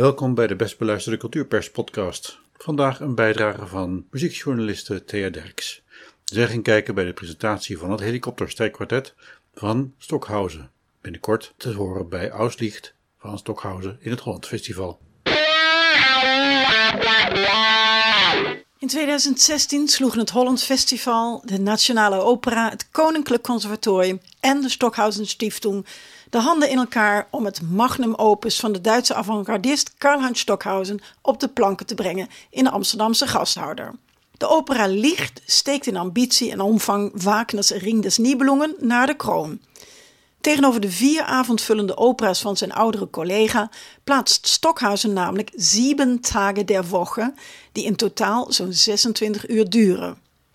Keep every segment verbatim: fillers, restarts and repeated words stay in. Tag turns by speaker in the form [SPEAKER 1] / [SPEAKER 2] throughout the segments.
[SPEAKER 1] Welkom bij de best beluisterde Cultuurpers podcast. Vandaag een bijdrage van muziekjournaliste Thea Derks. Zij ging kijken bij de presentatie van het helikopterstrijkkwartet van Stockhausen. Binnenkort te horen bij Auslicht van Stockhausen in het Holland Festival.
[SPEAKER 2] In tweeduizend zestien sloegen het Holland Festival, de Nationale Opera, het Koninklijk Conservatorium en de Stockhausen Stiftung de handen in elkaar om het magnum opus van de Duitse avant-gardist Karlheinz Stockhausen op de planken te brengen in de Amsterdamse Gasthouder. De opera Licht steekt in ambitie en omvang Wagners Ring des Nibelungen naar de kroon. Tegenover de vier avondvullende opera's van zijn oudere collega plaatst Stockhausen namelijk Sieben Tage der Woche, die in totaal zo'n zesentwintig uur duren.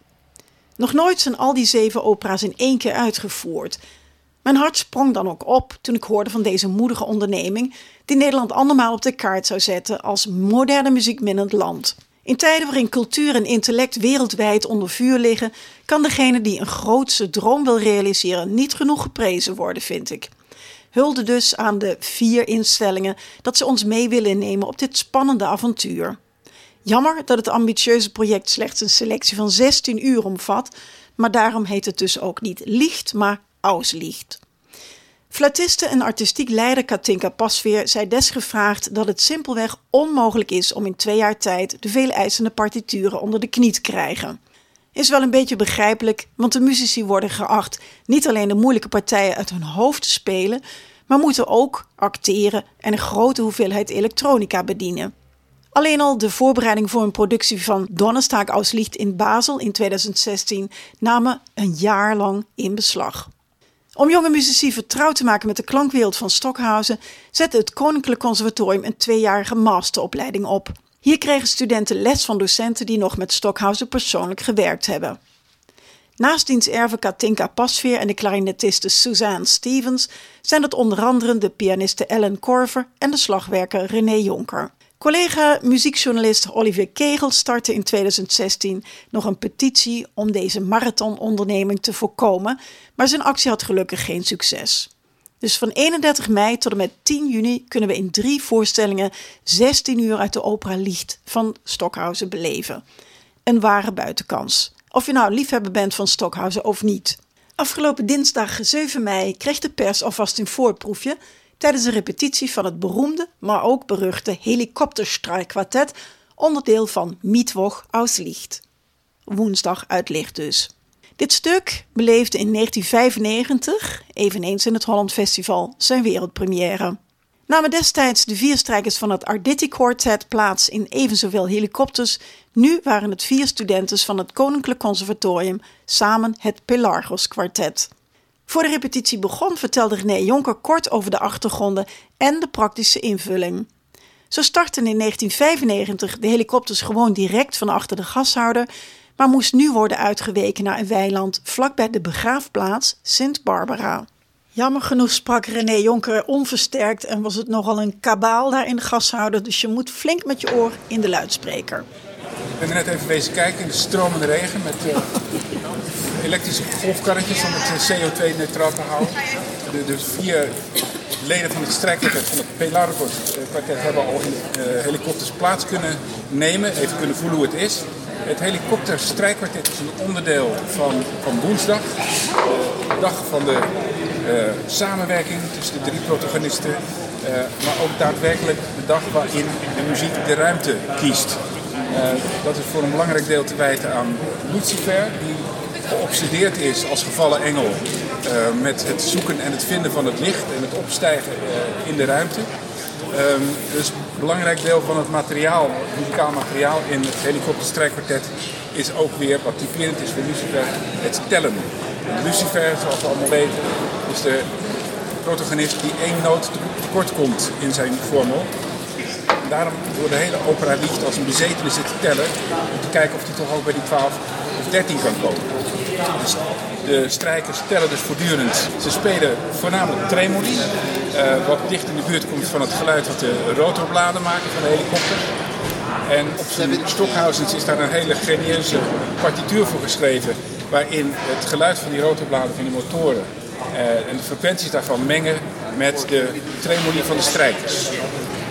[SPEAKER 2] Nog nooit zijn al die zeven opera's in één keer uitgevoerd. Mijn hart sprong dan ook op toen ik hoorde van deze moedige onderneming die Nederland andermaal op de kaart zou zetten als moderne muziekminnend land. In tijden waarin cultuur en intellect wereldwijd onder vuur liggen, kan degene die een grootse droom wil realiseren niet genoeg geprezen worden, vind ik. Hulde dus aan de vier instellingen dat ze ons mee willen nemen op dit spannende avontuur. Jammer dat het ambitieuze project slechts een selectie van zestien uur omvat, maar daarom heet het dus ook niet Licht, maar Auslicht. Fluitiste en artistiek leider Katinka Pasveer zei desgevraagd dat het simpelweg onmogelijk is om in twee jaar tijd de veel eisende partituren onder de knie te krijgen. Is wel een beetje begrijpelijk, want de muzici worden geacht niet alleen de moeilijke partijen uit hun hoofd te spelen, maar moeten ook acteren en een grote hoeveelheid elektronica bedienen. Alleen al de voorbereiding voor een productie van Donnerstag Auslicht in Basel in tweeduizend zestien namen een jaar lang in beslag. Om jonge muzici vertrouwd te maken met de klankwereld van Stockhausen zette het Koninklijk Conservatorium een tweejarige masteropleiding op. Hier kregen studenten les van docenten die nog met Stockhausen persoonlijk gewerkt hebben. Naast diens erven Katinka Pasveer en de klarinetiste Suzanne Stevens zijn het onder andere de pianiste Ellen Korver en de slagwerker René Jonker. Collega muziekjournalist Olivier Kegel startte in tweeduizend zestien nog een petitie om deze marathononderneming te voorkomen, maar zijn actie had gelukkig geen succes. Dus van eenendertig mei tot en met tien juni kunnen we in drie voorstellingen zestien uur uit de opera Licht van Stockhausen beleven. Een ware buitenkans. Of je nou liefhebber bent van Stockhausen of niet. Afgelopen dinsdag zeven mei kreeg de pers alvast een voorproefje tijdens een repetitie van het beroemde, maar ook beruchte helikopterstrijkkwartet, onderdeel van Mittwoch aus Licht. Woensdag uit licht dus. Dit stuk beleefde in negentien vijfennegentig, eveneens in het Holland Festival, zijn wereldpremière. Namen destijds de vier strijkers van het Arditi Quartet plaats in even zoveel helikopters, nu waren het vier studenten van het Koninklijk Conservatorium samen het Pelargos Quartet. Voor de repetitie begon vertelde René Jonker kort over de achtergronden en de praktische invulling. Zo startten in negentien vijfennegentig de helikopters gewoon direct van achter de gashouder, maar moest nu worden uitgeweken naar een weiland vlakbij de begraafplaats Sint Barbara. Jammer genoeg sprak René Jonker onversterkt en was het nogal een kabaal daar in de gashouder, dus je moet flink met je oor in de luidspreker.
[SPEAKER 3] Ik ben er net even bezig kijken in de stromende regen met uh, elektrische golfkarretjes om het C O twee neutraal te houden. De, de vier leden van het strijkkwartet, van het Pelargos kwartet, hebben al in uh, helikopters plaats kunnen nemen, even kunnen voelen hoe het is. Het helikopterstrijkkwartet is een onderdeel van, van woensdag, de dag van de uh, samenwerking tussen de drie protagonisten, uh, maar ook daadwerkelijk de dag waarin de muziek de ruimte kiest. Uh, dat is voor een belangrijk deel te wijten aan Lucifer, die geobsedeerd is als gevallen engel uh, met het zoeken en het vinden van het licht en het opstijgen uh, in de ruimte. Um, dus een belangrijk deel van het materiaal, het muzikaal materiaal in het helikopterstrijkkwartet is ook weer, wat typerend is voor Lucifer, het tellen. En Lucifer, zoals we allemaal weten, is de protagonist die één noot tekort komt in zijn formel. En daarom door de hele opera Licht als een bezetene zit te tellen, om te kijken of hij toch ook bij die twaalf of dertien kan komen. Dus de strijkers tellen dus voortdurend. Ze spelen voornamelijk tremoli, uh, wat dicht in de buurt komt van het geluid wat de rotorbladen maken van de helikopter. En op zijn Stockhausens is daar een hele genieuze partituur voor geschreven, waarin het geluid van die rotorbladen van die motoren uh, en de frequenties daarvan mengen met de tremoli van de strijkers.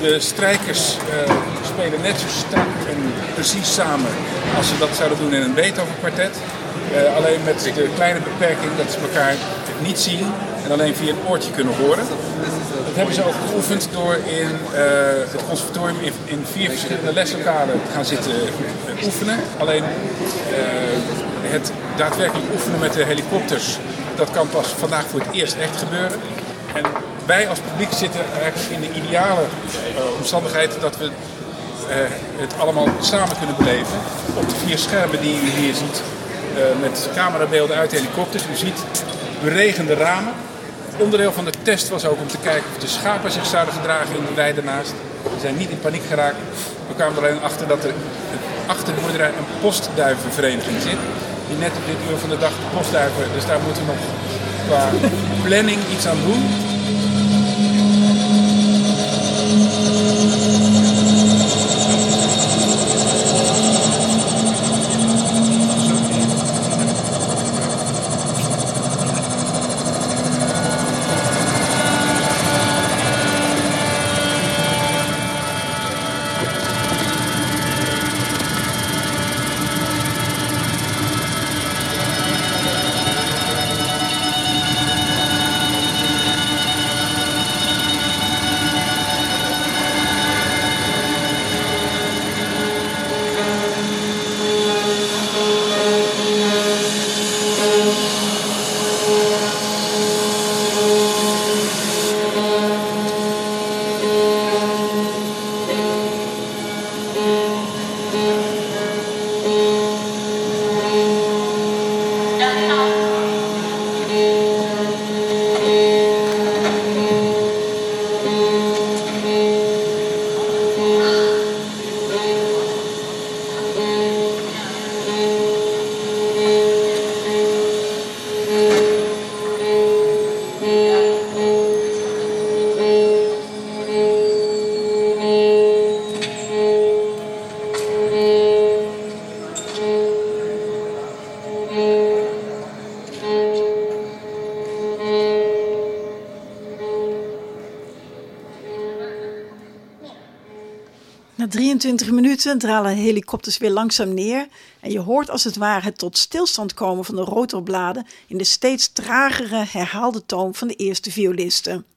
[SPEAKER 3] De strijkers uh, spelen net zo strak en precies samen als ze dat zouden doen in een Beethoven-kwartet. Uh, alleen met de kleine beperking dat ze elkaar niet zien en alleen via een oortje kunnen horen. Dat hebben ze ook geoefend door in uh, het conservatorium in, in vier verschillende leslokalen te gaan zitten uh, oefenen. Alleen uh, het daadwerkelijk oefenen met de helikopters, dat kan pas vandaag voor het eerst echt gebeuren. En wij als publiek zitten eigenlijk in de ideale uh, omstandigheid dat we uh, het allemaal samen kunnen beleven. Op de vier schermen die u hier ziet, uh, met camerabeelden uit de helikopters. U ziet beregende ramen. Onderdeel van de test was ook om te kijken of de schapen zich zouden gedragen in de wei daarnaast. We zijn niet in paniek geraakt. We kwamen er alleen achter dat er achter de boerderij een postduivenvereniging zit. Die net op dit uur van de dag de postduiven, dus daar moeten we nog qua planning iets aan doen.
[SPEAKER 2] Na drieëntwintig minuten dralen helikopters weer langzaam neer en je hoort als het ware het tot stilstand komen van de rotorbladen in de steeds tragere herhaalde toon van de eerste violisten.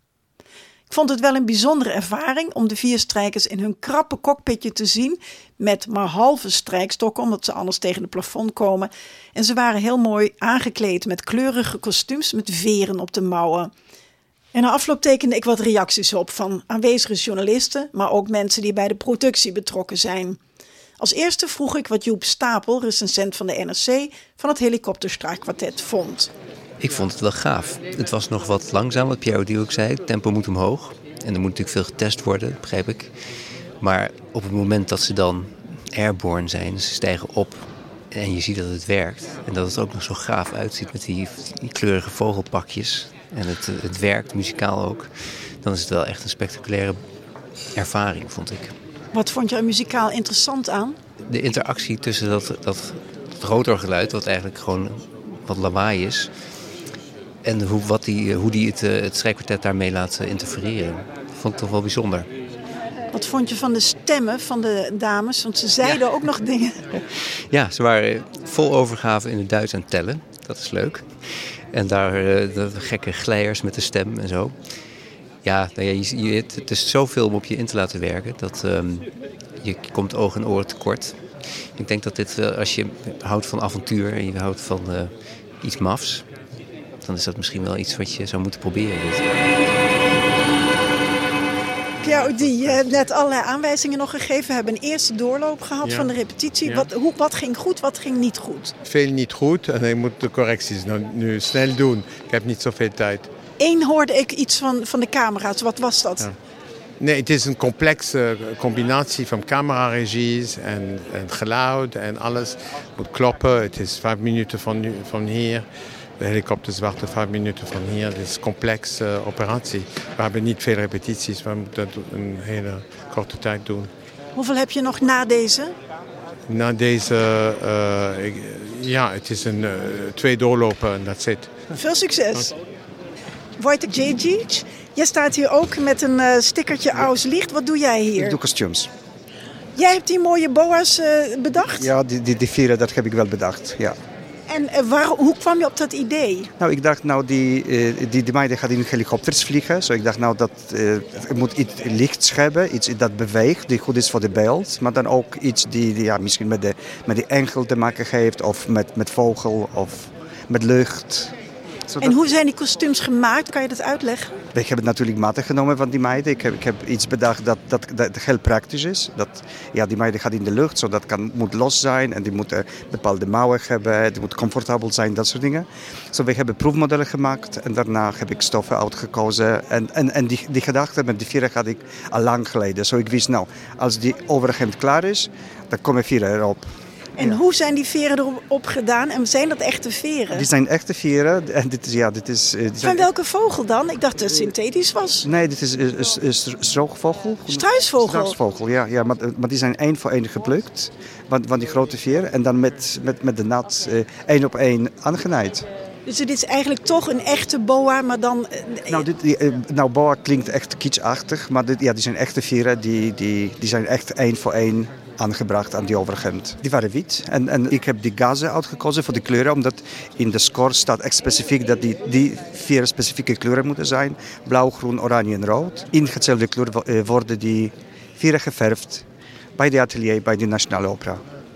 [SPEAKER 2] Ik vond het wel een bijzondere ervaring om de vier strijkers in hun krappe cockpitje te zien met maar halve strijkstokken, omdat ze anders tegen het plafond komen. En ze waren heel mooi aangekleed met kleurige kostuums met veren op de mouwen. En na afloop tekende ik wat reacties op van aanwezige journalisten, maar ook mensen die bij de productie betrokken zijn. Als eerste vroeg ik wat Joep Stapel, recensent van de N R C, van het helikopterstrijkkwartet vond.
[SPEAKER 4] Ik vond het wel gaaf. Het was nog wat langzaam, wat Pierre Odier ook zei. Het tempo moet omhoog. En er moet natuurlijk veel getest worden, begrijp ik. Maar op het moment dat ze dan airborne zijn, ze stijgen op en je ziet dat het werkt. En dat het ook nog zo gaaf uitziet met die, die kleurige vogelpakjes. En het, het werkt, muzikaal ook. Dan is het wel echt een spectaculaire ervaring, vond ik.
[SPEAKER 2] Wat vond je er muzikaal interessant aan?
[SPEAKER 4] De interactie tussen dat, dat, dat rotorgeluid, wat eigenlijk gewoon wat lawaai is, en hoe, wat die, hoe die het, het strijkkwartet daarmee laat interfereren. Dat vond ik toch wel bijzonder.
[SPEAKER 2] Wat vond je van de stemmen van de dames? Want ze zeiden ja. ook nog dingen.
[SPEAKER 4] Ja, ze waren vol overgave in het Duits aan het tellen. Dat is leuk. En daar de gekke glijers met de stem en zo. Ja, nou ja je, je, het is zoveel om op je in te laten werken. Dat um, je komt oog en oren tekort. Ik denk dat dit, als je houdt van avontuur en je houdt van uh, iets mafs, dan is dat misschien wel iets wat je zou moeten proberen. Dit.
[SPEAKER 2] Pierre Odier, je hebt net allerlei aanwijzingen nog gegeven. We hebben een eerste doorloop gehad ja. van de repetitie. Ja. Wat, hoe, wat ging goed, wat ging niet goed?
[SPEAKER 5] Veel niet goed en ik moet de correcties nu, nu snel doen. Ik heb niet zoveel tijd.
[SPEAKER 2] Eén hoorde ik iets van, van de camera's. Wat was dat?
[SPEAKER 5] Ja. Nee, het is een complexe combinatie van cameraregies en, en geluid en alles. Het moet kloppen. Het is vijf minuten van, van hier. De helikopters wachten vijf minuten van hier. Het is een complexe uh, operatie. We hebben niet veel repetities. We moeten dat een hele korte tijd doen.
[SPEAKER 2] Hoeveel heb je nog na deze?
[SPEAKER 5] Na deze, uh, ik, ja, het is een uh, twee doorlopen en that's it.
[SPEAKER 2] Veel succes. Wojtek Djedzic, jij staat hier ook met een uh, stickertje Aus Licht. Wat doe jij hier?
[SPEAKER 6] Ik doe kostuums.
[SPEAKER 2] Jij hebt die mooie boa's uh, bedacht?
[SPEAKER 6] Ja, die, die, die vieren, dat heb ik wel bedacht, ja.
[SPEAKER 2] En uh, waar, hoe kwam je op dat idee?
[SPEAKER 6] Nou, ik dacht, nou, die, uh, die, die meiden gaan in helikopters vliegen. So ik dacht, nou, dat uh, het moet iets lichts hebben, iets dat beweegt, die goed is voor de beeld. Maar dan ook iets die, die ja, misschien met de, met die engel te maken heeft, of met, met vogel, of met lucht.
[SPEAKER 2] Zodat... En hoe zijn die kostuums gemaakt? Kan je dat uitleggen?
[SPEAKER 6] We hebben natuurlijk matten genomen van die meiden. Ik heb, ik heb iets bedacht dat, dat, dat heel praktisch is. Dat, ja, die meiden gaat in de lucht, zodat het kan, moet los zijn. En die moeten bepaalde mouwen hebben. Die moet comfortabel zijn, dat soort dingen. So, we hebben proefmodellen gemaakt. En daarna heb ik stoffen uitgekozen. En, en, en die, die gedachte met die vieren had ik al lang geleden. So, ik wist, nou, als die overhemd klaar is, dan komen vieren erop.
[SPEAKER 2] En ja. Hoe zijn die veren erop gedaan? En zijn dat echte veren?
[SPEAKER 6] Die zijn echte veren. En dit is, ja, dit is, uh,
[SPEAKER 2] Van welke vogel dan? Ik dacht dat het synthetisch was.
[SPEAKER 6] Nee, dit is uh, uh, stroogvogel.
[SPEAKER 2] Struisvogel?
[SPEAKER 6] Struisvogel, ja. ja maar, maar die zijn één voor één geplukt. Van, van die grote veren. En dan met, met, met de nat uh, één op één aangenaaid.
[SPEAKER 2] Dus dit is eigenlijk toch een echte boa, maar dan... Uh,
[SPEAKER 6] nou, dit, die, uh, nou, boa klinkt echt kitschachtig. Maar dit, ja, die zijn echte veren. Die, die, die zijn echt één voor één aangebracht aan die overhemd. Die waren wit. En, en ik heb die gazen uitgekozen voor de kleuren, omdat in de score staat echt specifiek dat die, die vier specifieke kleuren moeten zijn. Blauw, groen, oranje en rood. In hetzelfde kleur worden die vieren geverfd bij de atelier, bij de Nationale Opera.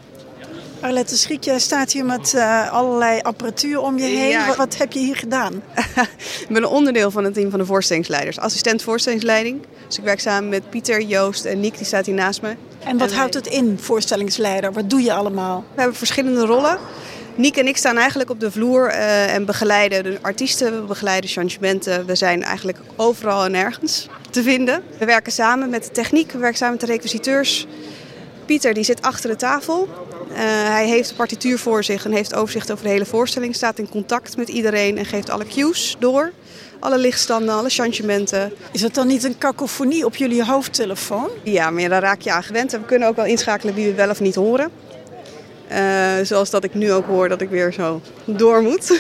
[SPEAKER 2] Arlette Schiek, jij staat hier met uh, allerlei apparatuur om je heen. Ja. Wat, wat heb je hier gedaan?
[SPEAKER 7] Ik ben een onderdeel van het team van de voorstellingsleiders. Assistent voorstellingsleiding. Dus ik werk samen met Pieter, Joost en Nick, die staat hier naast me.
[SPEAKER 2] En wat en houdt het in, voorstellingsleider? Wat doe je allemaal?
[SPEAKER 7] We hebben verschillende rollen. Nick en ik staan eigenlijk op de vloer uh, en begeleiden de artiesten, we begeleiden changementen. We zijn eigenlijk overal en nergens te vinden. We werken samen met de techniek, we werken samen met de requisiteurs. Pieter die zit achter de tafel. Uh, hij heeft de partituur voor zich en heeft overzicht over de hele voorstelling. Staat in contact met iedereen en geeft alle cues door. Alle lichtstanden, alle changementen.
[SPEAKER 2] Is het dan niet een kakofonie op jullie hoofdtelefoon?
[SPEAKER 7] Ja, maar ja, daar raak je aan gewend. En we kunnen ook wel inschakelen wie we wel of niet horen. Uh, zoals dat ik nu ook hoor dat ik weer zo door moet.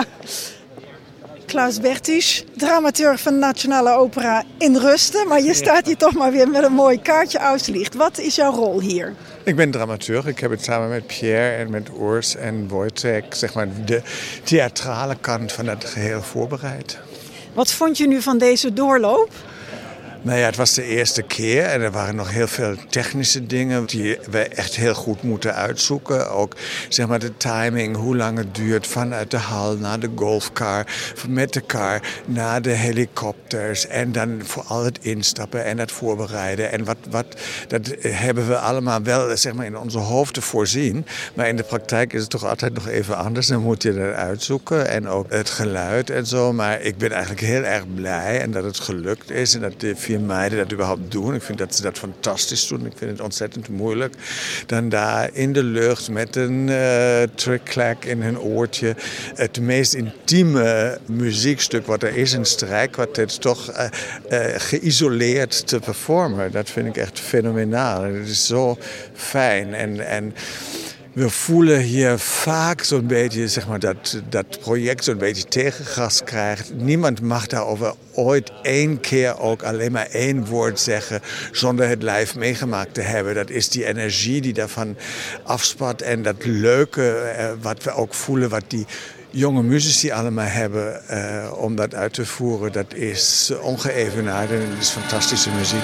[SPEAKER 2] Klaus Bertisch, dramaturg van de Nationale Opera in Rusten. Maar je staat hier toch maar weer met een mooi kaartje Aus Licht. Wat is jouw rol hier?
[SPEAKER 5] Ik ben dramaturg. Ik heb het samen met Pierre en met Urs en Wojtek, zeg maar, de theatrale kant van het geheel voorbereid.
[SPEAKER 2] Wat vond je nu van deze doorloop?
[SPEAKER 5] Nou ja, het was de eerste keer en er waren nog heel veel technische dingen die we echt heel goed moeten uitzoeken. Ook zeg maar de timing, hoe lang het duurt vanuit de hal naar de golfcar, met de car naar de helikopters en dan vooral het instappen en het voorbereiden. En wat, wat, dat hebben we allemaal wel zeg maar in onze hoofden voorzien. Maar in de praktijk is het toch altijd nog even anders. Dan moet je dat uitzoeken en ook het geluid en zo. Maar ik ben eigenlijk heel erg blij en dat het gelukt is en dat de vier meiden dat überhaupt doen. Ik vind dat ze dat fantastisch doen. Ik vind het ontzettend moeilijk. Dan daar in de lucht met een uh, trick-clack in hun oortje. Het meest intieme muziekstuk wat er is, een strijkkwartet, toch uh, uh, geïsoleerd te performen. Dat vind ik echt fenomenaal. Het is zo fijn. En, en we voelen hier vaak zo'n beetje, zeg maar, dat dat project zo'n beetje tegengas krijgt. Niemand mag daarover ooit één keer ook alleen maar één woord zeggen zonder het live meegemaakt te hebben. Dat is die energie die daarvan afspat en dat leuke eh, wat we ook voelen, wat die jonge muzici allemaal hebben uh, om dat uit te voeren. Dat is ongeëvenaard en het is fantastische muziek.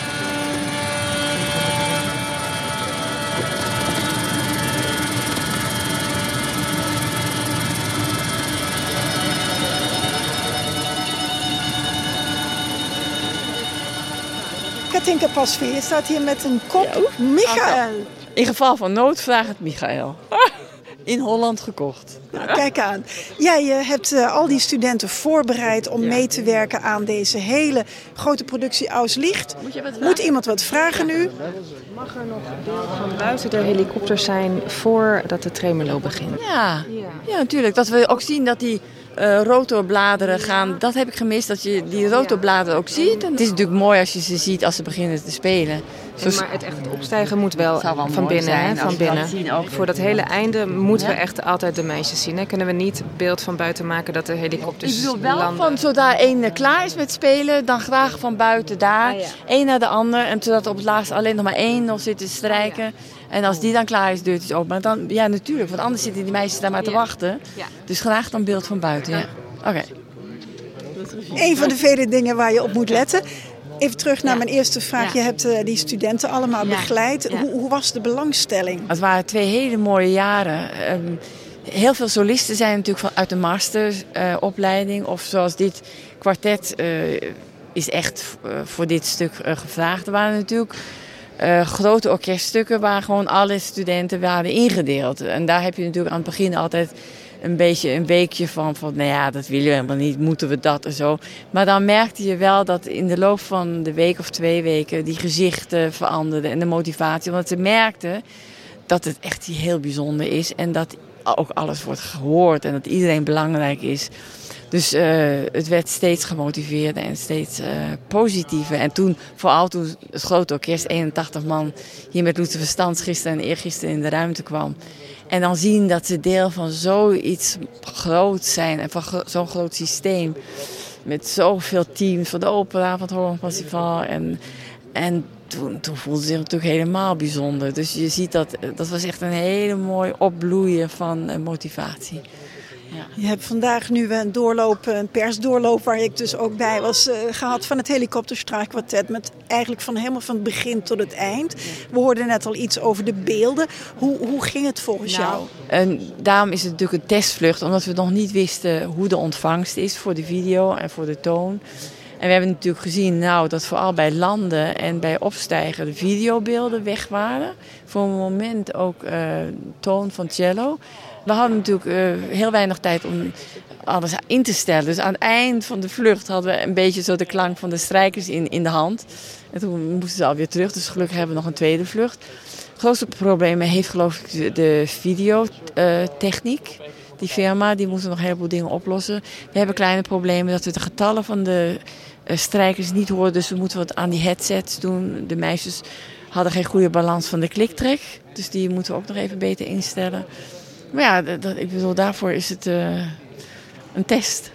[SPEAKER 2] Katinka Pasveer, je staat hier met een kop. Ja, Michael.
[SPEAKER 8] In geval van nood vraag het Michael. In Holland gekocht.
[SPEAKER 2] Nou, kijk aan. Jij uh, hebt uh, al die studenten voorbereid om ja. mee te werken aan deze hele grote productie Aus Licht. Moet, Moet iemand wat vragen nu?
[SPEAKER 9] Mag er nog beeld van buiten de helikopters zijn voordat de tremolo begint?
[SPEAKER 8] Ja, ja, natuurlijk. Dat we ook zien dat die uh, rotorbladeren gaan. Dat heb ik gemist, dat je die rotorbladeren ook ziet. En het is natuurlijk mooi als je ze ziet als ze beginnen te spelen.
[SPEAKER 9] En maar het echt het opstijgen moet wel, wel van binnen. Zijn, hè, van binnen. Dat voor dat hele einde moeten ja. we echt altijd de meisjes zien. Hè? Kunnen we niet beeld van buiten maken dat de helikopters
[SPEAKER 8] Ik bedoel wel
[SPEAKER 9] landen.
[SPEAKER 8] Van zodra één klaar is met spelen, dan graag van buiten daar. Ah, ja. Eén naar de ander. En zodat op het laatst alleen nog maar één nog zit te strijken. Ah, ja. En als die dan klaar is, deurt het open. Maar dan, ja natuurlijk, want anders zitten die meisjes daar maar te ja. wachten. Ja. Dus graag dan beeld van buiten, ja. Oké. Okay.
[SPEAKER 2] Een van de vele dingen waar je op moet letten. Even terug naar ja. mijn eerste vraag. Ja. Je hebt uh, die studenten allemaal ja. begeleid. Ja. Hoe, hoe was de belangstelling?
[SPEAKER 8] Het waren twee hele mooie jaren. Um, heel veel solisten zijn natuurlijk van, uit de masteropleiding. Uh, of zoals dit kwartet uh, is echt uh, voor dit stuk uh, gevraagd. Er waren natuurlijk uh, grote orkeststukken waar gewoon alle studenten waren ingedeeld. En daar heb je natuurlijk aan het begin altijd een beetje een weekje van, van, nou ja, dat willen we helemaal niet, moeten we dat en zo. Maar dan merkte je wel dat in de loop van de week of twee weken die gezichten veranderden en de motivatie. Want ze merkten dat het echt heel bijzonder is en dat ook alles wordt gehoord en dat iedereen belangrijk is. Dus uh, het werd steeds gemotiveerder en steeds uh, positiever. En toen, vooral toen het grote orkest, eenentachtig man, hier met Loetse Verstands gisteren en eergisteren in de ruimte kwam. En dan zien dat ze deel van zoiets groots zijn en van gro- zo'n groot systeem. Met zoveel teams van de opera, van het Holland Festival. En, en toen, toen voelde ze zich natuurlijk helemaal bijzonder. Dus je ziet dat, dat was echt een hele mooi opbloeien van uh, motivatie. Ja.
[SPEAKER 2] Je hebt vandaag nu een doorloop, een persdoorloop waar ik dus ook bij was uh, gehad van het Helikopterstrijkkwartet. Met eigenlijk van helemaal van het begin tot het eind. We hoorden net al iets over de beelden. Hoe, hoe ging het volgens nou, jou?
[SPEAKER 8] En daarom is het natuurlijk een testvlucht, omdat we nog niet wisten hoe de ontvangst is voor de video en voor de toon. En we hebben natuurlijk gezien nou, dat vooral bij landen en bij opstijgen de videobeelden weg waren. Voor een moment ook uh, toon van cello. We hadden natuurlijk uh, heel weinig tijd om alles in te stellen. Dus aan het eind van de vlucht hadden we een beetje zo de klank van de strijkers in, in de hand. En toen moesten ze alweer terug, dus gelukkig hebben we nog een tweede vlucht. Het grootste probleem heeft geloof ik de, de videotechniek. Uh, die firma, die moest nog een heleboel dingen oplossen. We hebben kleine problemen dat we de getallen van de uh, strijkers niet horen. Dus we moeten wat aan die headsets doen. De meisjes hadden geen goede balans van de kliktrek. Dus die moeten we ook nog even beter instellen. Maar ja, dat, ik bedoel, daarvoor is het uh, een test.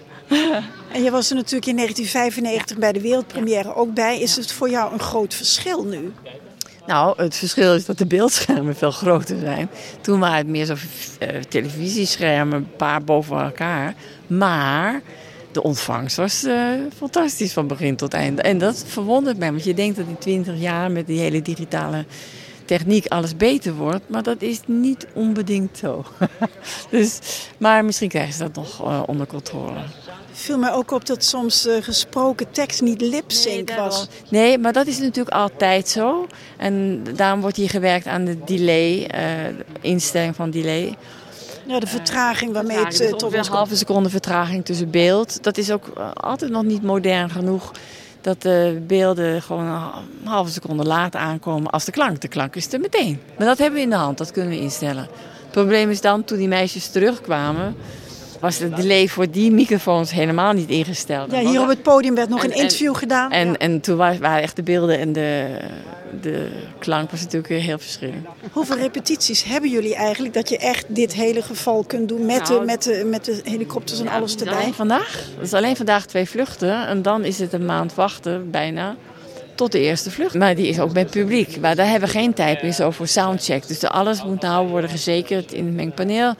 [SPEAKER 2] En je was er natuurlijk in negentien vijfennegentig ja. bij de wereldpremière ja. ook bij. Is het voor jou een groot verschil nu?
[SPEAKER 8] Nou, het verschil is dat de beeldschermen veel groter zijn. Toen waren het meer zo uh, televisieschermen, een paar boven elkaar. Maar de ontvangst was uh, fantastisch van begin tot eind. En dat verwondert mij, want je denkt dat in twintig jaar met die hele digitale techniek alles beter wordt, maar dat is niet onbedingt zo. dus, maar misschien krijgen ze dat nog uh, onder controle.
[SPEAKER 2] Viel mij ook op dat soms uh, gesproken tekst niet lip-sync nee, was.
[SPEAKER 8] Nee, maar dat is natuurlijk altijd zo. En daarom wordt hier gewerkt aan de delay, uh, de instelling van delay.
[SPEAKER 2] Ja, de vertraging waarmee
[SPEAKER 8] uh,
[SPEAKER 2] het uh, tot ons
[SPEAKER 8] komt. Een halve seconde vertraging tussen beeld. Dat is ook uh, altijd nog niet modern genoeg. Dat de beelden gewoon een halve seconde later aankomen als de klank. De klank is er meteen. Maar dat hebben we in de hand, dat kunnen we instellen. Het probleem is dan, toen die meisjes terugkwamen, was de delay voor die microfoons helemaal niet ingesteld.
[SPEAKER 2] Ja, hier op het podium werd nog en, een interview
[SPEAKER 8] en,
[SPEAKER 2] gedaan.
[SPEAKER 8] En,
[SPEAKER 2] ja.
[SPEAKER 8] en toen waren echt de beelden en de, de klank was natuurlijk heel verschillend.
[SPEAKER 2] Hoeveel repetities hebben jullie eigenlijk dat je echt dit hele geval kunt doen met, nou, de, met, de, met de helikopters en ja, alles erbij?
[SPEAKER 8] Alleen vandaag. Dat is alleen vandaag twee vluchten en dan is het een maand wachten bijna tot de eerste vlucht. Maar die is ook met publiek. Maar daar hebben we geen tijd meer zo voor soundcheck. Dus alles moet nou worden gezekerd in het mengpaneel.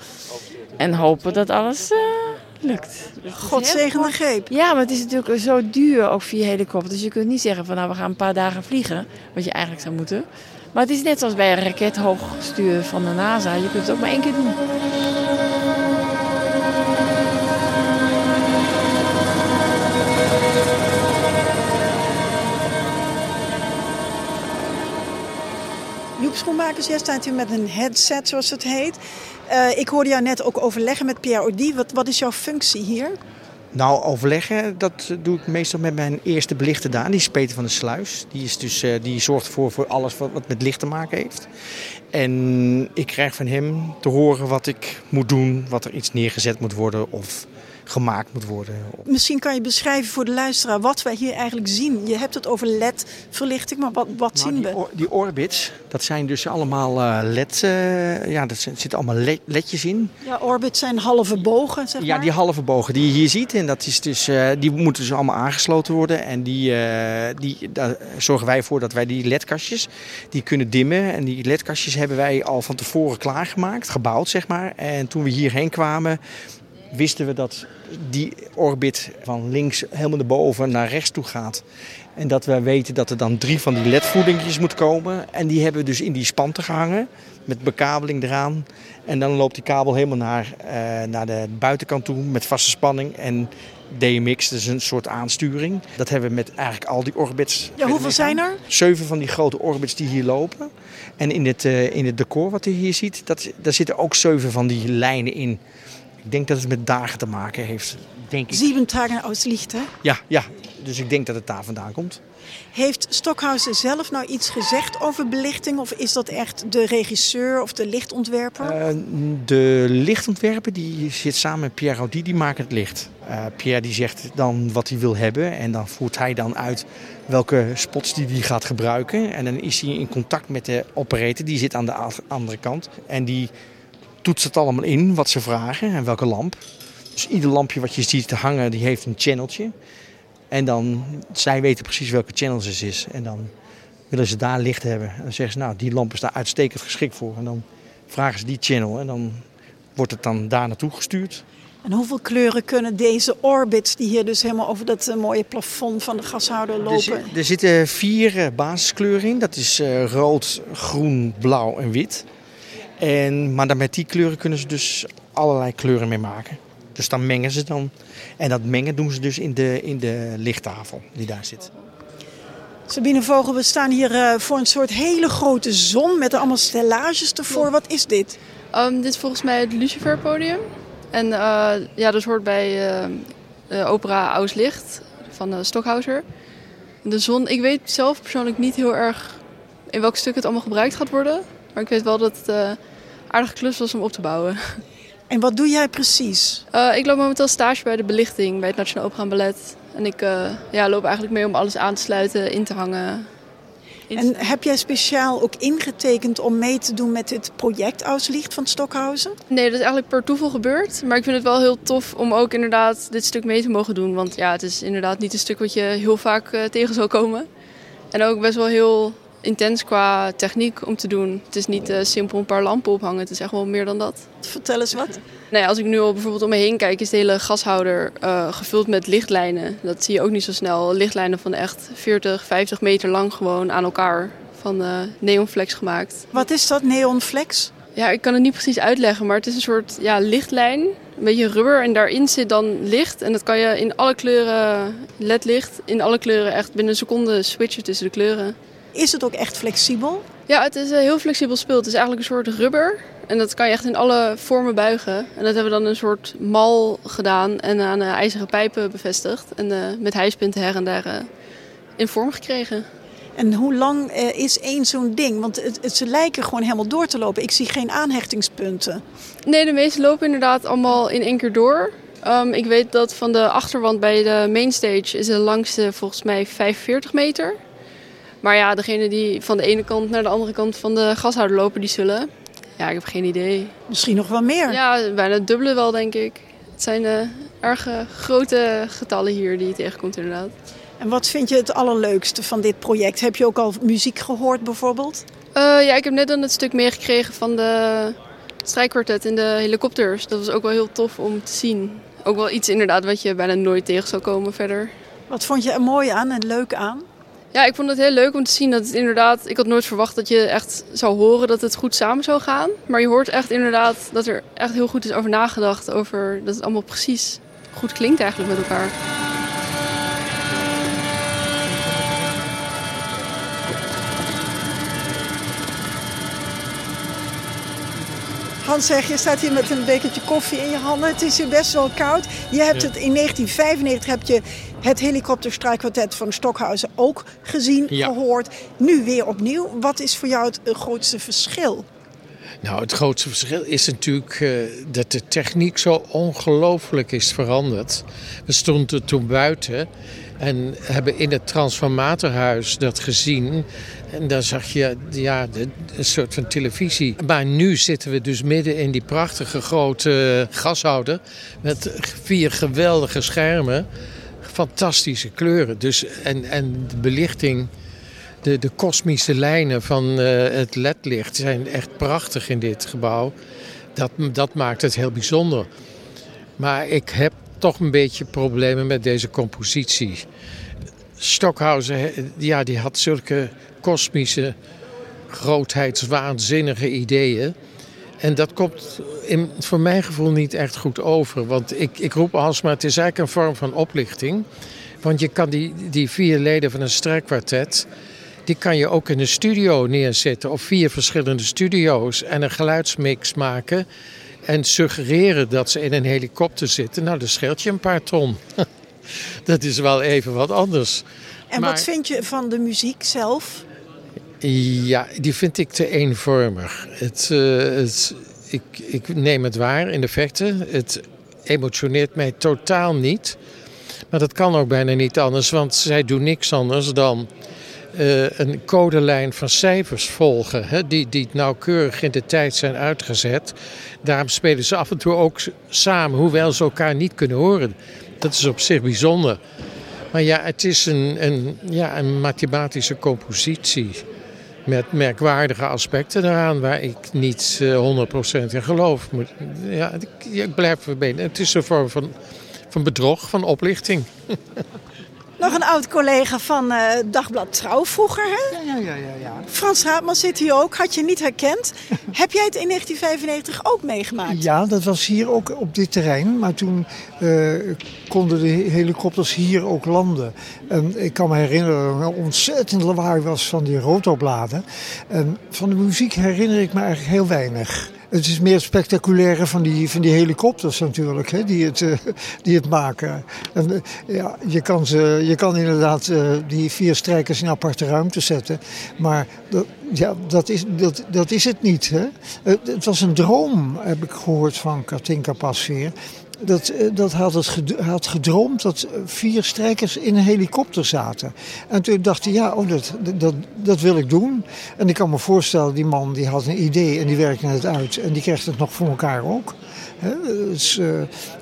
[SPEAKER 8] En hopen dat alles uh, lukt. Dus
[SPEAKER 2] God zegen de greep.
[SPEAKER 8] Ja, maar het is natuurlijk zo duur, ook via helikopters. Dus je kunt niet zeggen van nou we gaan een paar dagen vliegen. Wat je eigenlijk zou moeten. Maar het is net zoals bij een raket hoog sturen van de NASA. Je kunt het ook maar één keer doen.
[SPEAKER 2] Joep Schoenmakers, jij staat hier met een headset, zoals het heet. Uh, ik hoorde jou net ook overleggen met Pierre Audi. Wat, wat is jouw functie hier?
[SPEAKER 10] Nou, overleggen, dat doe ik meestal met mijn eerste belichter Daan. Die is Peter van der Sluis. Die, is dus, uh, die zorgt voor, voor alles wat, wat met licht te maken heeft. En ik krijg van hem te horen wat ik moet doen, wat er iets neergezet moet worden of gemaakt moet worden.
[SPEAKER 2] Misschien kan je beschrijven voor de luisteraar wat wij hier eigenlijk zien. Je hebt het over L E D-verlichting, maar wat, wat
[SPEAKER 10] nou,
[SPEAKER 2] zien
[SPEAKER 10] die,
[SPEAKER 2] we?
[SPEAKER 10] Die orbits, dat zijn dus allemaal uh, L E D, uh, ja, er zitten allemaal ledjes in.
[SPEAKER 2] Ja, orbits zijn halve bogen, zeg maar.
[SPEAKER 10] Ja, die halve bogen die je hier ziet. En dat is dus, uh, die moeten dus allemaal aangesloten worden. En die, uh, die, daar zorgen wij voor dat wij die L E D-kastjes, die kunnen dimmen. En die L E D-kastjes hebben wij al van tevoren klaargemaakt, gebouwd zeg maar. En toen we hierheen kwamen, wisten we dat die orbit van links helemaal naar boven naar rechts toe gaat. En dat we weten dat er dan drie van die L E D-voedingjes moet komen. En die hebben we dus in die spanten gehangen met bekabeling eraan. En dan loopt die kabel helemaal naar, uh, naar de buitenkant toe met vaste spanning en D M X, dus een soort aansturing. Dat hebben we met eigenlijk al die orbits.
[SPEAKER 2] Ja, hoeveel zijn er?
[SPEAKER 10] Zeven van die grote orbits die hier lopen. En in het, uh, in het decor wat u hier ziet, dat, daar zitten ook zeven van die lijnen in. Ik denk dat het met dagen te maken heeft, denk ik.
[SPEAKER 2] Zeven dagen aus Licht, hè?
[SPEAKER 10] Ja, ja, dus ik denk dat het daar vandaan komt.
[SPEAKER 2] Heeft Stockhausen zelf nou iets gezegd over belichting? Of is dat echt de regisseur of de lichtontwerper?
[SPEAKER 10] Uh, de lichtontwerper die zit samen met Pierre Audi, die maakt het licht. Uh, Pierre die zegt dan wat hij wil hebben en dan voert hij dan uit welke spots die hij gaat gebruiken. En dan is hij in contact met de operator, die zit aan de andere kant. En die toetst het allemaal in wat ze vragen en welke lamp. Dus ieder lampje wat je ziet te hangen, die heeft een channeltje. En dan, zij weten precies welke channels het is. En dan willen ze daar licht hebben. En dan zeggen ze, nou, die lamp is daar uitstekend geschikt voor. En dan vragen ze die channel en dan wordt het dan daar naartoe gestuurd.
[SPEAKER 2] En hoeveel kleuren kunnen deze orbits, die hier dus helemaal over dat uh, mooie plafond van de gashouder lopen?
[SPEAKER 10] Er, zit, er zitten vier uh, basiskleuren in. Dat is uh, rood, groen, blauw en wit. En, maar dan met die kleuren kunnen ze dus allerlei kleuren mee maken. Dus dan mengen ze dan. En dat mengen doen ze dus in de, in de lichttafel die daar zit.
[SPEAKER 2] Sabine Vogel, we staan hier uh, voor een soort hele grote zon met allemaal stellages ervoor. Wat is dit?
[SPEAKER 11] Um, dit is volgens mij het Lucifer-podium. En uh, ja, dat hoort bij uh, de opera Aus Licht van uh, Stockhausen. De zon, ik weet zelf persoonlijk niet heel erg in welk stuk het allemaal gebruikt gaat worden. Maar ik weet wel dat het uh, aardige klus was om op te bouwen.
[SPEAKER 2] En wat doe jij precies?
[SPEAKER 11] Uh, ik loop momenteel stage bij de belichting bij het Nationaal Opera en Ballet. En ik uh, ja, loop eigenlijk mee om alles aan te sluiten, in te hangen. In te
[SPEAKER 2] en heb jij speciaal ook ingetekend om mee te doen met dit project Aus Licht van Stockhausen?
[SPEAKER 11] Nee, dat is eigenlijk per toeval gebeurd. Maar ik vind het wel heel tof om ook inderdaad dit stuk mee te mogen doen. Want ja, het is inderdaad niet een stuk wat je heel vaak uh, tegen zal komen. En ook best wel heel intens qua techniek om te doen. Het is niet uh, simpel een paar lampen ophangen. Het is echt wel meer dan dat.
[SPEAKER 2] Vertel eens wat.
[SPEAKER 11] Nou ja, als ik nu al bijvoorbeeld om me heen kijk, is de hele gashouder uh, gevuld met lichtlijnen. Dat zie je ook niet zo snel. Lichtlijnen van echt veertig, vijftig meter lang gewoon aan elkaar van uh, neonflex gemaakt.
[SPEAKER 2] Wat is dat, neonflex?
[SPEAKER 11] Ja, ik kan het niet precies uitleggen, maar het is een soort ja, lichtlijn. Een beetje rubber en daarin zit dan licht. En dat kan je in alle kleuren, L E D-licht, in alle kleuren echt binnen een seconde switchen tussen de kleuren.
[SPEAKER 2] Is het ook echt flexibel?
[SPEAKER 11] Ja, het is een heel flexibel spul. Het is eigenlijk een soort rubber. En dat kan je echt in alle vormen buigen. En dat hebben we dan een soort mal gedaan en aan uh, ijzeren pijpen bevestigd. En uh, met hijspunten her en daar uh, in vorm gekregen.
[SPEAKER 2] En hoe lang uh, is één zo'n ding? Want het, het, ze lijken gewoon helemaal door te lopen. Ik zie geen aanhechtingspunten.
[SPEAKER 11] Nee, de meeste lopen inderdaad allemaal in één keer door. Um, ik weet dat van de achterwand bij de mainstage is de langste volgens mij vijfenveertig meter. Maar ja, degene die van de ene kant naar de andere kant van de gashouder lopen, die zullen... Ja, ik heb geen idee.
[SPEAKER 2] Misschien nog wel meer?
[SPEAKER 11] Ja, bijna het dubbele wel, denk ik. Het zijn uh, erg uh, grote getallen hier die je tegenkomt, inderdaad.
[SPEAKER 2] En wat vind je het allerleukste van dit project? Heb je ook al muziek gehoord, bijvoorbeeld?
[SPEAKER 11] Uh, ja, ik heb net dan het stuk meegekregen van de strijkkwartet in de helikopters. Dat was ook wel heel tof om te zien. Ook wel iets inderdaad wat je bijna nooit tegen zou komen verder.
[SPEAKER 2] Wat vond je er mooi aan en leuk aan?
[SPEAKER 11] Ja, ik vond het heel leuk om te zien dat het inderdaad... Ik had nooit verwacht dat je echt zou horen dat het goed samen zou gaan. Maar je hoort echt inderdaad dat er echt heel goed is over nagedacht. Over dat het allemaal precies goed klinkt eigenlijk met elkaar.
[SPEAKER 2] Hans zegt, je staat hier met een bekertje koffie in je handen. Het is hier best wel koud. Je hebt ja. het in negentien vijfennegentig heb je het helikopterstrijkkwartet van Stockhausen ook gezien, ja. gehoord. Nu weer opnieuw. Wat is voor jou het grootste verschil?
[SPEAKER 12] Nou, het grootste verschil is natuurlijk uh, dat de techniek zo ongelooflijk is veranderd. We stonden toen buiten en hebben in het transformatorhuis dat gezien. En daar zag je ja, de, een soort van televisie. Maar nu zitten we dus midden in die prachtige grote gashouder met vier geweldige schermen. Fantastische kleuren. Dus, en, en de belichting, de, de kosmische lijnen van uh, het ledlicht zijn echt prachtig in dit gebouw. Dat, dat maakt het heel bijzonder. Maar ik heb toch een beetje problemen met deze compositie. Stockhausen, ja, die had zulke kosmische, grootheidswaanzinnige ideeën. En dat komt in, voor mijn gevoel niet echt goed over. Want ik, ik roep alsmaar, het is eigenlijk een vorm van oplichting. Want je kan die, die vier leden van een strijkkwartet, die kan je ook in een studio neerzetten. Of vier verschillende studio's en een geluidsmix maken. En suggereren dat ze in een helikopter zitten. Nou, dan scheelt je een paar ton. Dat is wel even wat anders.
[SPEAKER 2] En maar, wat vind je van de muziek zelf?
[SPEAKER 12] Ja, die vind ik te eenvormig. Het, uh, het, ik, ik neem het waar in de verte. Het emotioneert mij totaal niet. Maar dat kan ook bijna niet anders, want zij doen niks anders dan uh, een codelijn van cijfers volgen. Hè, die, die nauwkeurig in de tijd zijn uitgezet. Daarom spelen ze af en toe ook samen, hoewel ze elkaar niet kunnen horen. Dat is op zich bijzonder. Maar ja, het is een, een, ja, een mathematische compositie met merkwaardige aspecten eraan waar ik niet uh, honderd procent in geloof. Maar, ja, ik, ik blijf verbenen. Het is een vorm van, van bedrog, van oplichting.
[SPEAKER 2] Nog een oud collega van uh, Dagblad Trouw vroeger, hè?
[SPEAKER 13] Ja, ja, ja, ja, ja.
[SPEAKER 2] Frans Raadman zit hier ook, had je niet herkend. Heb jij het in negentien vijfennegentig ook meegemaakt?
[SPEAKER 13] Ja, dat was hier ook op dit terrein. Maar toen uh, konden de helikopters hier ook landen. En ik kan me herinneren dat er een ontzettend lawaai was van die rotorbladen. En van de muziek herinner ik me eigenlijk heel weinig. Het is meer het spectaculaire van die, van die helikopters natuurlijk, hè, die, het, uh, die het maken. En, uh, ja, je, kan ze, je kan inderdaad uh, die vier strijkers in aparte ruimte zetten. Maar dat, ja, dat, is, dat, dat is het niet. Hè. Uh, het was een droom, heb ik gehoord van Katinka Pasveer. Dat, dat had, het ged- had gedroomd dat vier strijkers in een helikopter zaten. En toen dacht hij, ja, oh, dat, dat, dat wil ik doen. En ik kan me voorstellen, die man die had een idee en die werkte het uit. En die krijgt het nog voor elkaar ook. He, dus, uh,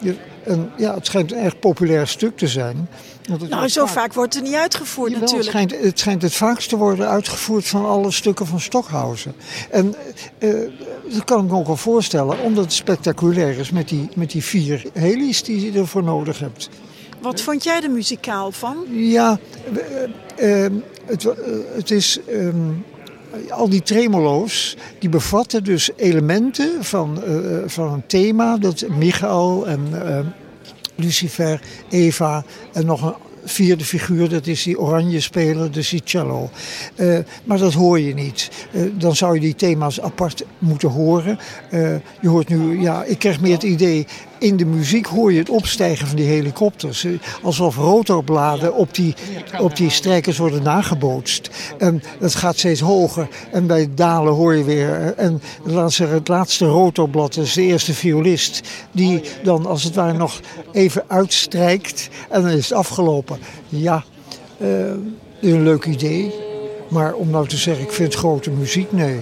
[SPEAKER 13] en, ja, het schijnt een erg populair stuk te zijn.
[SPEAKER 2] Nou, zo vaak, vaak wordt het niet uitgevoerd
[SPEAKER 13] jawel,
[SPEAKER 2] natuurlijk.
[SPEAKER 13] Het schijnt, het schijnt het vaakst te worden uitgevoerd van alle stukken van Stockhausen. En uh, dat kan ik me ook wel voorstellen, omdat het spectaculair is met die, met die vier heli's die je ervoor nodig hebt.
[SPEAKER 2] Wat vond jij er muzikaal van?
[SPEAKER 13] Ja, uh, uh, het, uh, het is... Um, al die tremolo's, die bevatten dus elementen van, uh, van een thema. Dat Michael en uh, Lucifer, Eva en nog een vierde figuur, dat is die oranje speler, dus die cello. Uh, maar dat hoor je niet. Uh, dan zou je die thema's apart moeten horen. Uh, je hoort nu, ja, ik krijg meer het idee, in de muziek hoor je het opstijgen van die helikopters. Uh, alsof rotorbladen op die, op die strijkers worden nagebootst. En het gaat steeds hoger. En bij het dalen hoor je weer. Uh, en laatste, het laatste rotorblad, dat is de eerste violist, die dan als het ware nog even uitstrijkt. En dan is het afgelopen. Ja, uh, een leuk idee. Maar om nou te zeggen, ik vind grote muziek, nee.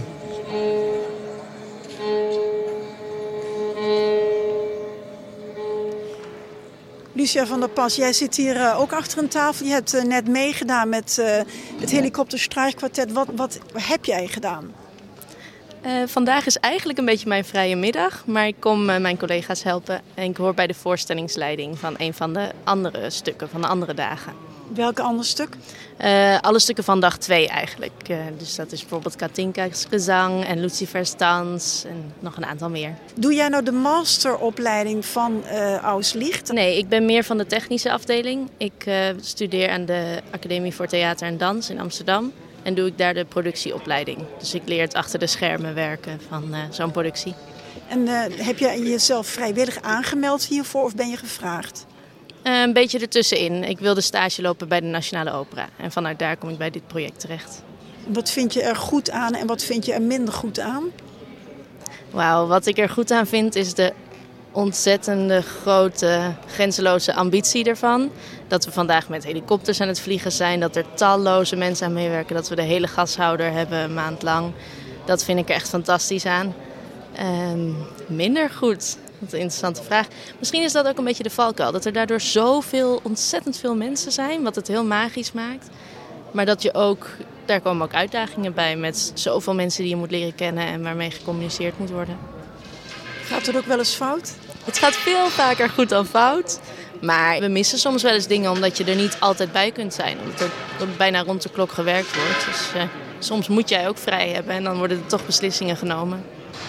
[SPEAKER 2] Lucia van der Pas, jij zit hier uh, ook achter een tafel. Je hebt uh, net meegedaan met uh, het helikopterstrijkkwartet. Wat, wat heb jij gedaan?
[SPEAKER 14] Uh, vandaag is eigenlijk een beetje mijn vrije middag. Maar ik kom uh, mijn collega's helpen. En ik hoor bij de voorstellingsleiding van een van de andere stukken, van de andere dagen.
[SPEAKER 2] Welke ander stuk?
[SPEAKER 14] Uh, alle stukken van dag twee eigenlijk. Uh, dus dat is bijvoorbeeld Katinka's gezang en Lucifers dans en nog een aantal meer.
[SPEAKER 2] Doe jij nou de masteropleiding van uh, Auslicht?
[SPEAKER 14] Nee, ik ben meer van de technische afdeling. Ik uh, studeer aan de Academie voor Theater en Dans in Amsterdam. En doe ik daar de productieopleiding. Dus ik leer het achter de schermen werken van uh, zo'n productie.
[SPEAKER 2] En uh, heb je jezelf vrijwillig aangemeld hiervoor of ben je gevraagd?
[SPEAKER 14] Uh, een beetje ertussenin. Ik wilde stage lopen bij de Nationale Opera. En vanuit daar kom ik bij dit project terecht.
[SPEAKER 2] Wat vind je er goed aan en wat vind je er minder goed aan?
[SPEAKER 14] Wauw, wat ik er goed aan vind is de ontzettende grote, grenzeloze ambitie ervan. Dat we vandaag met helikopters aan het vliegen zijn. Dat er talloze mensen aan meewerken. Dat we de hele gashouder hebben een maand lang. Dat vind ik er echt fantastisch aan. Um, minder goed. Wat een interessante vraag. Misschien is dat ook een beetje de valkuil. Dat er daardoor zoveel, ontzettend veel mensen zijn. Wat het heel magisch maakt. Maar dat je ook, daar komen ook uitdagingen bij. Met zoveel mensen die je moet leren kennen. En waarmee gecommuniceerd moet worden.
[SPEAKER 2] Gaat het ook wel eens fout?
[SPEAKER 14] Het gaat veel vaker goed dan fout. Maar we missen soms wel eens dingen omdat je er niet altijd bij kunt zijn. Omdat er bijna rond de klok gewerkt wordt. Dus uh, soms moet jij ook vrij hebben en dan worden er toch beslissingen genomen.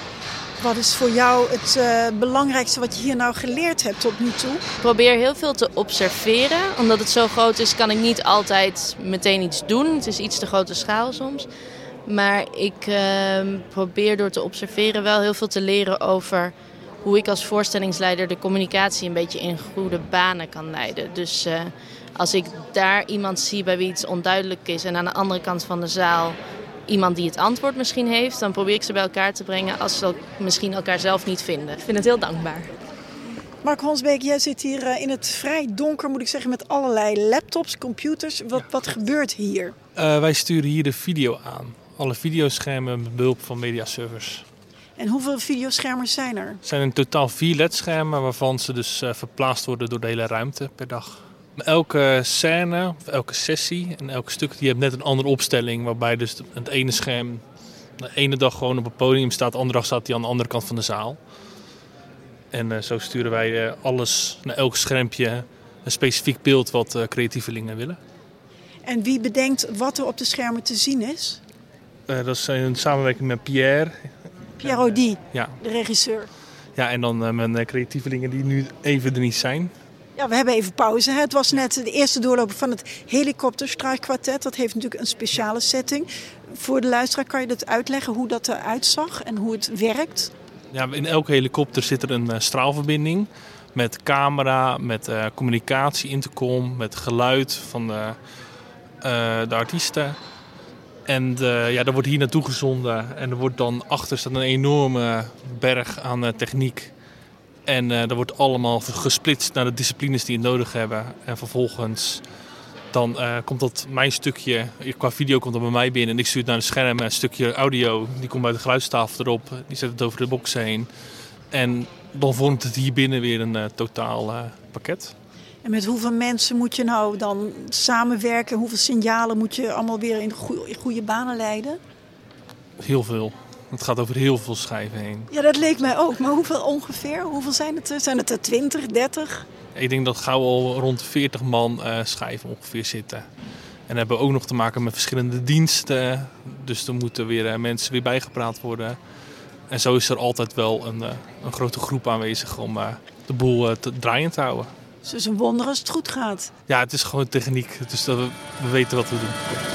[SPEAKER 2] Wat is voor jou het uh, belangrijkste wat je hier nou geleerd hebt tot nu toe?
[SPEAKER 14] Ik probeer heel veel te observeren. Omdat het zo groot is kan ik niet altijd meteen iets doen. Het is iets te grote schaal soms. Maar ik uh, probeer door te observeren wel heel veel te leren over hoe ik als voorstellingsleider de communicatie een beetje in goede banen kan leiden. Dus uh, als ik daar iemand zie bij wie iets onduidelijk is en aan de andere kant van de zaal iemand die het antwoord misschien heeft, dan probeer ik ze bij elkaar te brengen als ze misschien elkaar zelf niet vinden. Ik vind het heel dankbaar.
[SPEAKER 2] Mark Honsbeek, jij zit hier in het vrij donker, moet ik zeggen, met allerlei laptops, computers. Wat, wat gebeurt hier?
[SPEAKER 15] Uh, wij sturen hier de video aan. Alle videoschermen met behulp van mediaservers.
[SPEAKER 2] En hoeveel videoschermen zijn er? Er
[SPEAKER 15] zijn in totaal vier L E D-schermen waarvan ze dus uh, verplaatst worden door de hele ruimte per dag. Elke scène, of elke sessie en elk stuk die heeft net een andere opstelling. Waarbij dus het ene scherm de ene dag gewoon op het podium staat, de andere dag staat hij aan de andere kant van de zaal. En uh, zo sturen wij uh, alles naar elk schermpje een specifiek beeld wat uh, creatievelingen willen.
[SPEAKER 2] En wie bedenkt wat er op de schermen te zien is?
[SPEAKER 15] Uh, dat is een samenwerking met Pierre.
[SPEAKER 2] Pierre Audi,
[SPEAKER 15] ja.
[SPEAKER 2] De regisseur.
[SPEAKER 15] Ja, en dan uh, mijn uh, creatievelingen die nu even er niet zijn.
[SPEAKER 2] Ja, we hebben even pauze. Hè. Het was net de eerste doorloop van het helikopterstrijkkwartet. Dat heeft natuurlijk een speciale setting. Voor de luisteraar kan je dat uitleggen hoe dat eruit zag en hoe het werkt?
[SPEAKER 15] Ja, in elke helikopter zit er een uh, straalverbinding met camera, met uh, communicatie, intercom, met geluid van de, uh, de artiesten. En de, ja, dat wordt hier naartoe gezonden en er wordt dan achter staat een enorme berg aan uh, techniek. En uh, dat wordt allemaal gesplitst naar de disciplines die het nodig hebben. En vervolgens dan uh, komt dat mijn stukje, qua video komt dat bij mij binnen. En ik stuur het naar een scherm, een stukje audio. Die komt bij de geluidstafel erop, die zet het over de box heen. En dan vormt het hier binnen weer een uh, totaal uh, pakket.
[SPEAKER 2] En met hoeveel mensen moet je nou dan samenwerken? Hoeveel signalen moet je allemaal weer in goede, goede banen leiden?
[SPEAKER 15] Heel veel. Het gaat over heel veel schijven heen.
[SPEAKER 2] Ja, dat leek mij ook. Maar hoeveel ongeveer? Hoeveel zijn het er? Zijn het er twintig, dertig?
[SPEAKER 15] Ik denk dat gauw al rond veertig man uh, schijven ongeveer zitten. En dan hebben we ook nog te maken met verschillende diensten. Dus er moeten weer uh, mensen weer bijgepraat worden. En zo is er altijd wel een, uh, een grote groep aanwezig om uh, de boel uh, te draaiend te houden.
[SPEAKER 2] Dus het is een wonder als het goed gaat.
[SPEAKER 15] Ja, het is gewoon techniek. Dus dat we, we weten wat we doen.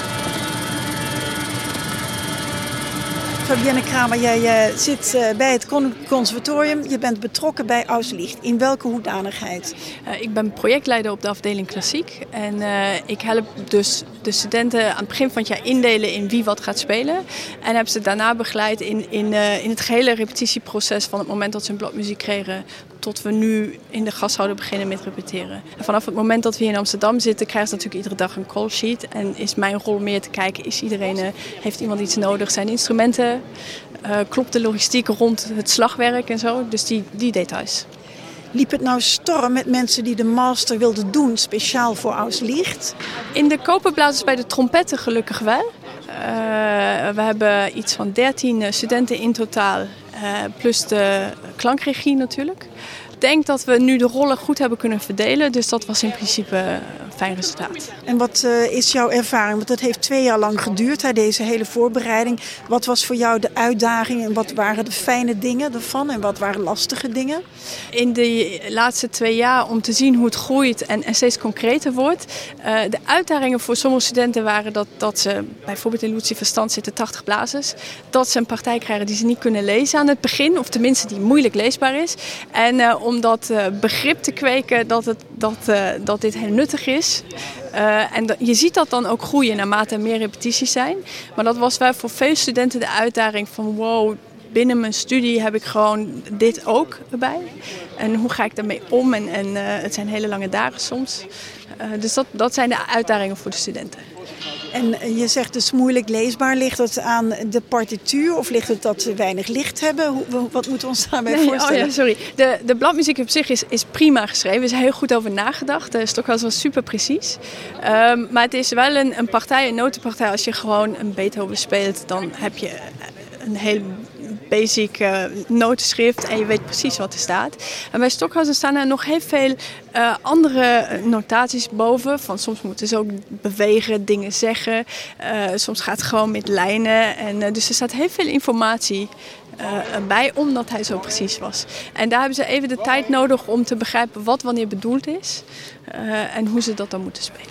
[SPEAKER 2] Fabienne Kramer, jij uh, zit uh, bij het Koninklijk Conservatorium. Je bent betrokken bij Auslicht. In welke hoedanigheid?
[SPEAKER 11] Uh, ik ben projectleider op de afdeling klassiek. En uh, ik help dus de studenten aan het begin van het jaar indelen in wie wat gaat spelen. En heb ze daarna begeleid in, in, uh, in het gehele repetitieproces van het moment dat ze een bladmuziek kregen tot we nu in de gashouder beginnen met repeteren. En vanaf het moment dat we hier in Amsterdam zitten, krijgen ze natuurlijk iedere dag een call sheet. En is mijn rol meer te kijken, is iedereen, uh, heeft iemand iets nodig? Zijn instrumenten? Uh, klopt de logistiek rond het slagwerk en zo? Dus die, die details.
[SPEAKER 2] Liep het nou storm met mensen die de master wilden doen, speciaal voor Auslicht?
[SPEAKER 11] In de koperblazers bij de trompetten gelukkig wel. Uh, we hebben iets van dertien studenten in totaal, uh, plus de klankregie natuurlijk. Ik denk dat we nu de rollen goed hebben kunnen verdelen, dus dat was in principe een fijn resultaat.
[SPEAKER 2] En wat uh, is jouw ervaring? Want dat heeft twee jaar lang geduurd, hè, deze hele voorbereiding. Wat was voor jou de uitdaging en wat waren de fijne dingen ervan en wat waren lastige dingen?
[SPEAKER 11] In de laatste twee jaar om te zien hoe het groeit en, en steeds concreter wordt. Uh, de uitdagingen voor sommige studenten waren dat, dat ze bijvoorbeeld in Lucie Verstand zitten tachtig blazers. Dat ze een partij krijgen die ze niet kunnen lezen aan aan het begin, of tenminste die moeilijk leesbaar is. En uh, om dat uh, begrip te kweken dat, het, dat, uh, dat dit heel nuttig is. Uh, en d- je ziet dat dan ook groeien naarmate er meer repetities zijn. Maar dat was wel voor veel studenten de uitdaging van wow, binnen mijn studie heb ik gewoon dit ook erbij. En hoe ga ik daarmee om? En, en uh, het zijn hele lange dagen soms. Uh, dus dat, dat zijn de uitdagingen voor de studenten.
[SPEAKER 2] En je zegt dus moeilijk leesbaar. Ligt het aan de partituur of ligt het dat ze weinig licht hebben? Hoe, wat moeten we ons daarbij
[SPEAKER 11] nee,
[SPEAKER 2] voorstellen?
[SPEAKER 11] Oh ja, sorry. De, de bladmuziek op zich is, is prima geschreven. Er is heel goed over nagedacht. De Stockhausen was super precies. Um, maar het is wel een, een partij, een notenpartij. Als je gewoon een Beethoven speelt, dan heb je een heel basic uh, notenschrift en je weet precies wat er staat. En bij Stockhausen staan er nog heel veel uh, andere notaties boven. Van soms moeten ze ook bewegen, dingen zeggen. Uh, soms gaat het gewoon met lijnen. En, uh, dus er staat heel veel informatie uh, bij, omdat hij zo precies was. En daar hebben ze even de tijd nodig om te begrijpen wat wanneer bedoeld is. Uh, en hoe ze dat dan moeten spelen.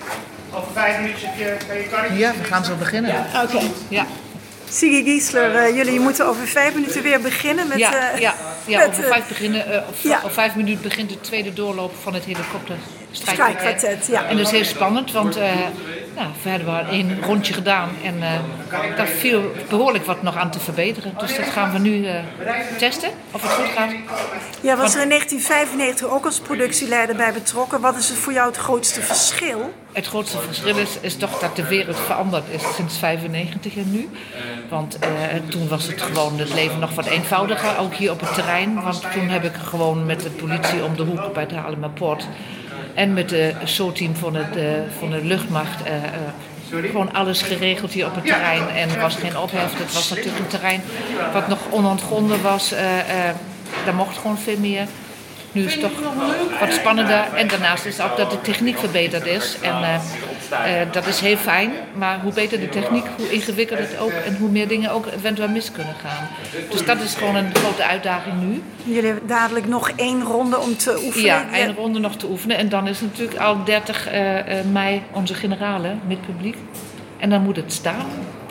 [SPEAKER 16] Over vijf minuutjes kan je karretje. Ja, we gaan zo beginnen.
[SPEAKER 2] Ja, oké. Okay.
[SPEAKER 16] Ja.
[SPEAKER 2] Sigge Giesler, uh, jullie moeten over vijf minuten weer beginnen met...
[SPEAKER 16] Ja,
[SPEAKER 2] uh,
[SPEAKER 16] ja, ja
[SPEAKER 2] met,
[SPEAKER 16] over, vijf beginnen, uh, of,
[SPEAKER 2] ja.
[SPEAKER 16] over vijf minuten begint de tweede doorloop van het helikopterstrijkkwartet.
[SPEAKER 2] Ja.
[SPEAKER 16] En dat is heel spannend, want uh, nou, we hebben wel één rondje gedaan en uh, daar viel behoorlijk wat nog aan te verbeteren. Dus dat gaan we nu uh, testen, of het goed gaat.
[SPEAKER 2] Ja, was er in negentien vijfennegentig ook als productieleider bij betrokken. Wat is het voor jou het grootste verschil?
[SPEAKER 16] Het grootste verschil is, is toch dat de wereld veranderd is sinds vijfennegentig en nu. Want uh, toen was het gewoon het leven nog wat eenvoudiger, ook hier op het terrein. Want toen heb ik gewoon met de politie om de hoek bij het Haarlemmerpoort en met de S O team van, het, uh, van de luchtmacht uh, uh, gewoon alles geregeld hier op het terrein. En er was geen ophef. Het was natuurlijk een terrein wat nog onontgonnen was. Uh, uh, daar mocht gewoon veel meer. Nu is het toch wat spannender. En daarnaast is ook dat de techniek verbeterd is. En uh, uh, dat is heel fijn. Maar hoe beter de techniek, hoe ingewikkelder het ook. En hoe meer dingen ook eventueel mis kunnen gaan. Dus dat is gewoon een grote uitdaging nu.
[SPEAKER 2] Jullie hebben dadelijk nog één ronde om te oefenen.
[SPEAKER 16] Ja, één ronde nog te oefenen. En dan is het natuurlijk al dertig mei onze generale met publiek. En dan moet het staan.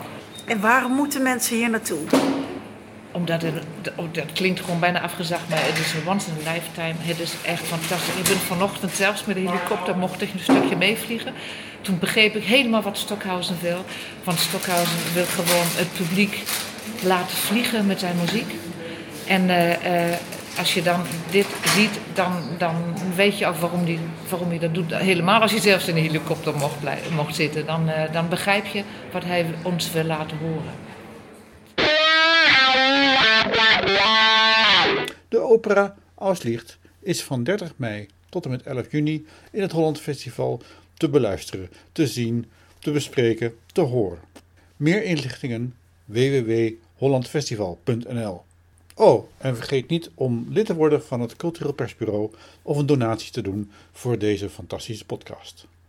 [SPEAKER 2] En waarom moeten mensen hier naartoe?
[SPEAKER 16] Omdat het, dat klinkt gewoon bijna afgezegd, maar het is een once in a lifetime. Het is echt fantastisch. Ik ben vanochtend zelfs met de helikopter, mocht ik een stukje meevliegen. Toen begreep ik helemaal wat Stockhausen wil. Want Stockhausen wil gewoon het publiek laten vliegen met zijn muziek. En uh, uh, als je dan dit ziet, dan, dan weet je ook waarom hij waarom dat doet. Helemaal als je zelfs in een helikopter mocht, blijven, mocht zitten, dan, uh, dan begrijp je wat hij ons wil laten horen.
[SPEAKER 1] De opera Auslicht is van dertig mei tot en met elf juni in het Holland Festival te beluisteren, te zien, te bespreken, te horen. Meer inlichtingen w w w punt hollandfestival punt n l. Oh, en vergeet niet om lid te worden van het Cultureel Persbureau of een donatie te doen voor deze fantastische podcast.